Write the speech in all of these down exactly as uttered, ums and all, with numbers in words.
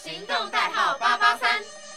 行动代号八八三。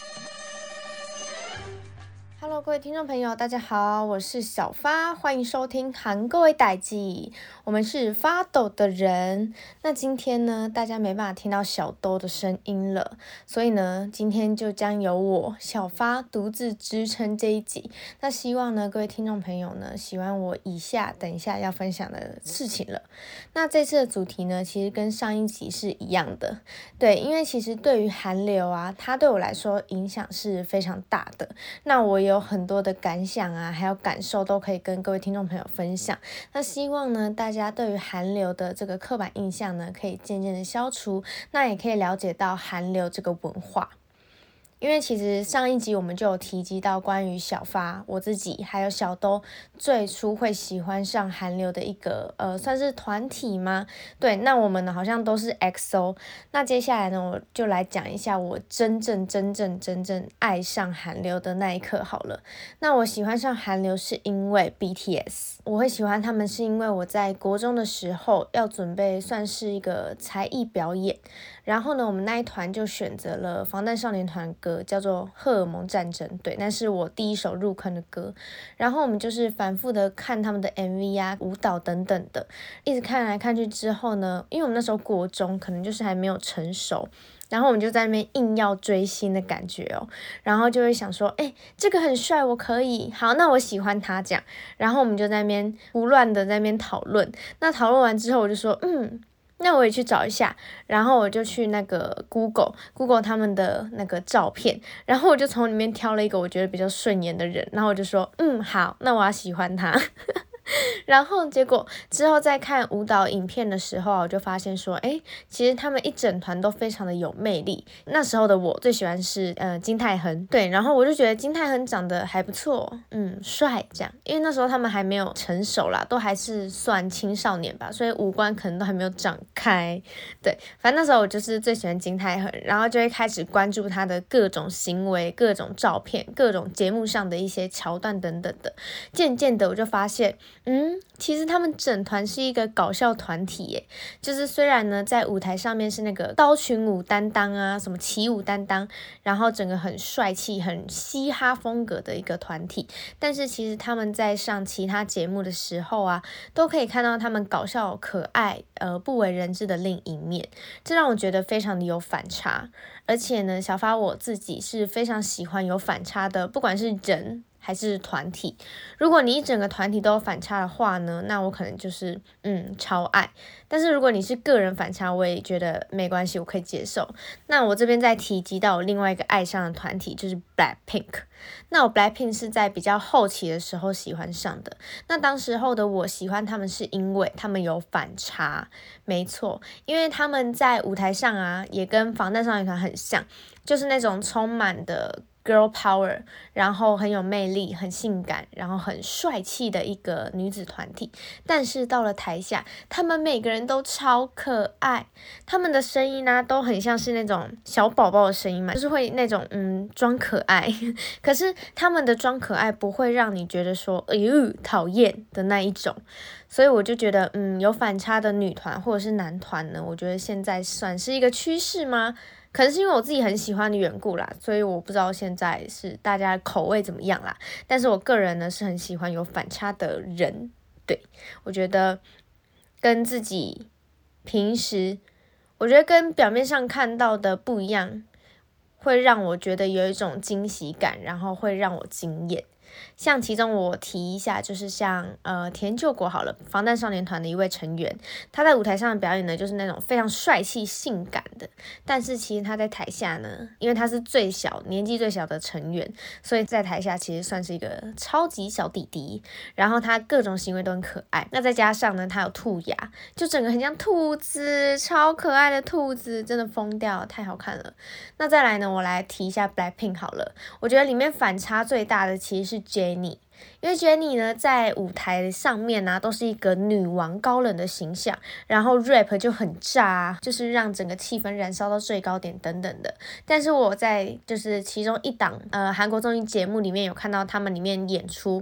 Hello， 各位听众朋友，大家好，我是小发，欢迎收听韩各位代记，我们是发抖的人。那今天呢，大家没办法听到小兜的声音了，所以呢，今天就将由我小发独自支撑这一集。那希望呢，各位听众朋友呢，喜欢我以下等一下要分享的事情了。那这次的主题呢，其实跟上一集是一样的，对，因为其实对于韩流啊，它对我来说影响是非常大的。那我有很多的感想啊，还有感受都可以跟各位听众朋友分享。那希望呢，大家对于韩流的这个刻板印象呢，可以渐渐的消除，那也可以了解到韩流这个文化。因为其实上一集我们就有提及到关于小发我自己还有小兜最初会喜欢上韩流的一个呃算是团体吗？对，那我们呢好像都是 X O。那接下来呢，我就来讲一下我真正真正真正爱上韩流的那一刻好了。那我喜欢上韩流是因为 B T S， 我会喜欢他们是因为我在国中的时候要准备算是一个才艺表演。然后呢，我们那一团就选择了防弹少年团歌，叫做《荷尔蒙战争》，对，那是我第一首入坑的歌。然后我们就是反复的看他们的 M V 啊、舞蹈等等的，一直看来看去之后呢，因为我们那时候国中可能就是还没有成熟，然后我们就在那边硬要追星的感觉哦，然后就会想说，哎，这个很帅，我可以，好，那我喜欢他这样，然后我们就在那边胡乱的在那边讨论。那讨论完之后，我就说，嗯。那我也去找一下，然后我就去那个 Google Google 他们的那个照片，然后我就从里面挑了一个我觉得比较顺眼的人，然后我就说，嗯，好，那我要喜欢他。然后结果之后在看舞蹈影片的时候啊，我就发现说，诶，其实他们一整团都非常的有魅力。那时候的我最喜欢是呃金泰亨，对，然后我就觉得金泰亨长得还不错，嗯，帅这样。因为那时候他们还没有成熟啦，都还是算青少年吧，所以五官可能都还没有长开。对，反正那时候我就是最喜欢金泰亨，然后就会开始关注他的各种行为、各种照片、各种节目上的一些桥段等等的。渐渐的我就发现。嗯，其实他们整团是一个搞笑团体耶，就是虽然呢在舞台上面是那个刀群舞担当啊，什么起舞担当，然后整个很帅气、很嘻哈风格的一个团体，但是其实他们在上其他节目的时候啊，都可以看到他们搞笑、可爱、呃不为人知的另一面，这让我觉得非常的有反差。而且呢，小发我自己是非常喜欢有反差的，不管是人。还是团体，如果你一整个团体都有反差的话呢，那我可能就是嗯超爱。但是如果你是个人反差，我也觉得没关系，我可以接受。那我这边再提及到我另外一个爱上的团体就是 Blackpink。那我 Blackpink 是在比较后期的时候喜欢上的。那当时候的我喜欢他们是因为他们有反差，没错，因为他们在舞台上啊也跟防弹少年团很像，就是那种充满的。girl power， 然后很有魅力，很性感，然后很帅气的一个女子团体。但是到了台下，他们每个人都超可爱，他们的声音呢、啊、都很像是那种小宝宝的声音嘛，就是会那种嗯装可爱，可是他们的装可爱不会让你觉得说哎呦讨厌的那一种。所以我就觉得嗯有反差的女团或者是男团呢，我觉得现在算是一个趋势吗？可能是因为我自己很喜欢的缘故啦，所以我不知道现在是大家口味怎么样啦。但是我个人呢是很喜欢有反差的人，对，我觉得跟自己平时，我觉得跟表面上看到的不一样，会让我觉得有一种惊喜感，然后会让我惊艳。像其中我提一下，就是像呃田柾国好了，防弹少年团的一位成员，他在舞台上的表演呢，就是那种非常帅气性感的，但是其实他在台下呢，因为他是最小年纪最小的成员，所以在台下其实算是一个超级小弟弟，然后他各种行为都很可爱，那再加上呢他有兔牙，就整个很像兔子，超可爱的兔子，真的疯掉，太好看了。那再来呢，我来提一下 Blackpink 好了，我觉得里面反差最大的其实是 Jennie， 因为 Jennie 呢在舞台上面啊都是一个女王高冷的形象，然后 rap 就很炸啊，就是让整个气氛燃烧到最高点等等的。但是我在就是其中一档呃韩国综艺节目里面有看到他们里面演出。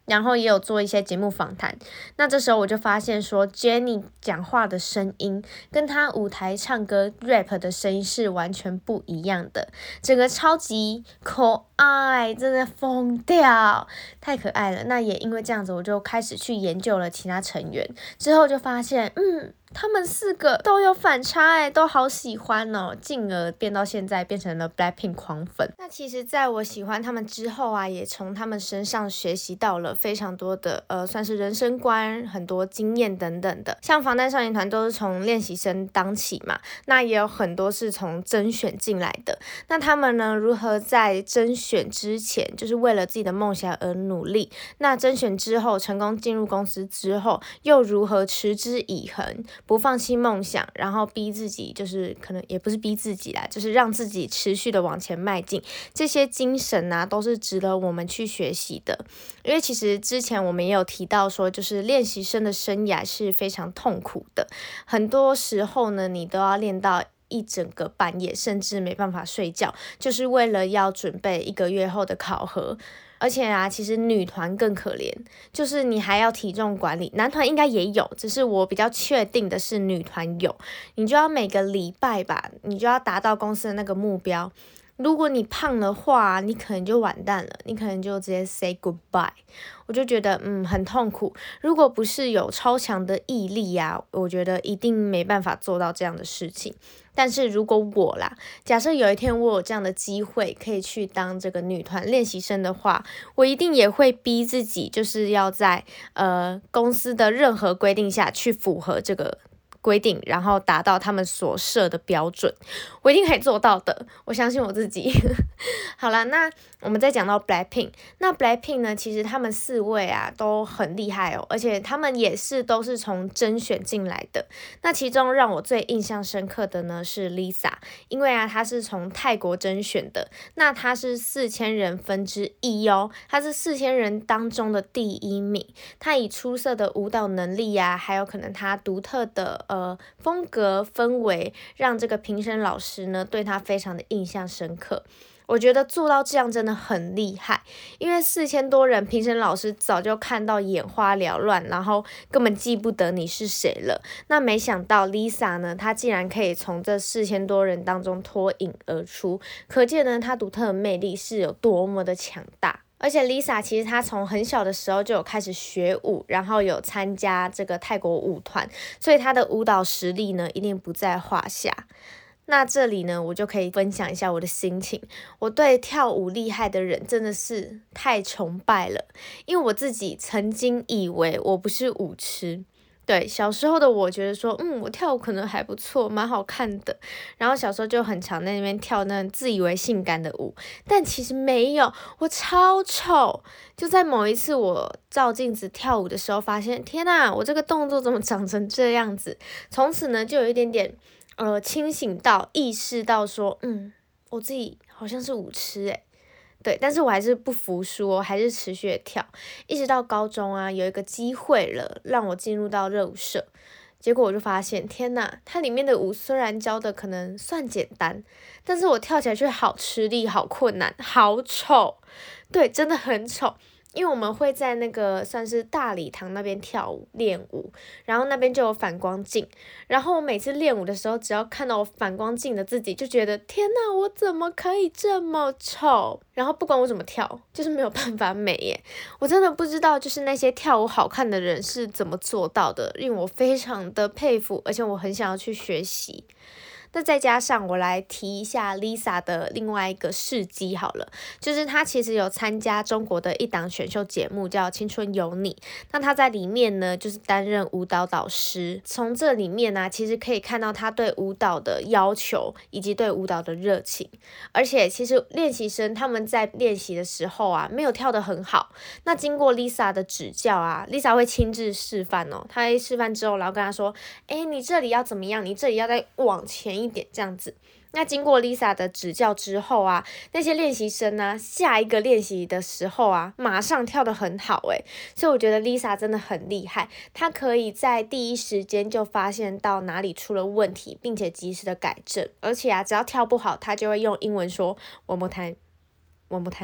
然后也有做一些节目访谈。那这时候我就发现说 Jennie 讲话的声音跟她舞台唱歌 rap 的声音是完全不一样的，整个超级可爱，真的疯掉，太可爱了。那也因为这样子，我就开始去研究了其他成员，之后就发现嗯他们四个都有反差诶，都好喜欢哦，进而变到现在变成了 Blackpink 狂粉。那其实在我喜欢他们之后啊，也从他们身上学习到了非常多的呃，算是人生观，很多经验等等的。像防弹少年团都是从练习生当起嘛，那也有很多是从甄选进来的。那他们呢，如何在甄选之前就是为了自己的梦想而努力，那甄选之后成功进入公司之后，又如何持之以恒，不放弃梦想，然后逼自己，就是可能也不是逼自己啦，就是让自己持续的往前迈进，这些精神啊都是值得我们去学习的。因为其实之前我们也有提到说，就是练习生的生涯是非常痛苦的，很多时候呢你都要练到一整个半夜，甚至没办法睡觉，就是为了要准备一个月后的考核。而且啊，其实女团更可怜，就是你还要体重管理，男团应该也有，只是我比较确定的是女团有，你就要每个礼拜吧，你就要达到公司的那个目标。如果你胖的话，你可能就完蛋了，你可能就直接 say goodbye。我就觉得嗯很痛苦，如果不是有超强的毅力啊，我觉得一定没办法做到这样的事情。但是如果我啦，假设有一天我有这样的机会可以去当这个女团练习生的话，我一定也会逼自己，就是要在呃公司的任何规定下去符合这个规定，然后达到他们所设的标准，我一定可以做到的，我相信我自己。好啦，那我们再讲到 Blackpink， 那 Blackpink 呢，其实他们四位啊都很厉害哦，而且他们也是都是从甄选进来的。那其中让我最印象深刻的呢是 Lisa， 因为啊她是从泰国甄选的，那她是四千人分之一哦，她是四千人当中的第一名。她以出色的舞蹈能力啊，还有可能她独特的呃风格氛围，让这个评审老师呢对她非常的印象深刻。我觉得做到这样真的很厉害，因为四千多人，评审老师早就看到眼花缭乱，然后根本记不得你是谁了。那没想到 Lisa 呢，她竟然可以从这四千多人当中脱颖而出，可见呢她独特的魅力是有多么的强大。而且 Lisa 其实她从很小的时候就有开始学舞，然后有参加这个泰国舞团，所以她的舞蹈实力呢一定不在话下。那这里呢，我就可以分享一下我的心情。我对跳舞厉害的人真的是太崇拜了，因为我自己曾经以为我不是舞痴。对，小时候的我觉得说，嗯，我跳舞可能还不错，蛮好看的。然后小时候就很常在那边跳那自以为性感的舞，但其实没有，我超丑。就在某一次我照镜子跳舞的时候，发现天哪，我这个动作怎么长成这样子？从此呢，就有一点点。呃，清醒到意识到说，嗯，我自己好像是舞痴诶，对，但是我还是不服输哦，还是持续的跳，一直到高中啊，有一个机会了，让我进入到热舞社，结果我就发现，天哪，它里面的舞虽然教的可能算简单，但是我跳起来却好吃力、好困难、好丑，对，真的很丑。因为我们会在那个算是大礼堂那边跳舞练舞，然后那边就有反光镜，然后我每次练舞的时候，只要看到我反光镜的自己，就觉得天哪，我怎么可以这么丑？然后不管我怎么跳，就是没有办法美耶。我真的不知道，就是那些跳舞好看的人是怎么做到的，令我非常的佩服，而且我很想要去学习。那再加上我来提一下 Lisa 的另外一个事迹好了，就是她其实有参加中国的一档选秀节目叫《青春有你》，那她在里面呢就是担任舞蹈导师。从这里面呢、啊，其实可以看到她对舞蹈的要求以及对舞蹈的热情。而且其实练习生他们在练习的时候啊，没有跳得很好，那经过 Lisa 的指教啊 ，Lisa 会亲自示范哦。她会示范之后，然后跟她说：“哎，你这里要怎么样？你这里要再往前一点这样子。”那经过 Lisa 的指教之后啊，那些练习生啊，下一个练习的时候啊，马上跳得很好诶，所以我觉得 Lisa 真的很厉害，她可以在第一时间就发现到哪里出了问题，并且及时的改正，而且啊，只要跳不好，她就会用英文说 one more time，one more time。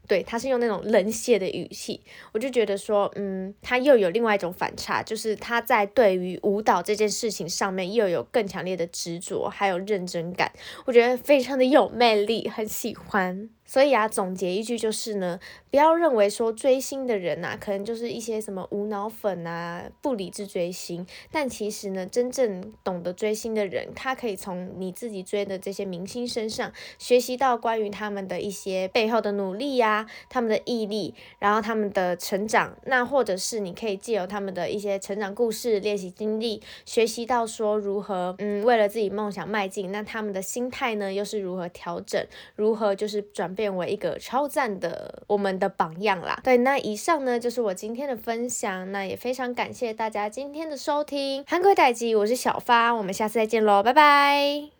对，他是用那种冷血的语气，我就觉得说，嗯，他又有另外一种反差，就是他在对于舞蹈这件事情上面又有更强烈的执着，还有认真感，我觉得非常的有魅力，很喜欢。所以啊，总结一句就是呢，不要认为说追星的人啊，可能就是一些什么无脑粉啊，不理智追星。但其实呢，真正懂得追星的人，他可以从你自己追的这些明星身上学习到关于他们的一些背后的努力呀、啊，他们的毅力，然后他们的成长。那或者是你可以借由他们的一些成长故事、练习经历，学习到说如何嗯为了自己梦想迈进。那他们的心态呢，又是如何调整，如何就是转变变为一个超赞的我们的榜样啦。对，那以上呢就是我今天的分享，那也非常感谢大家今天的收听。韩国代机，我是小发，我们下次再见喽，拜拜。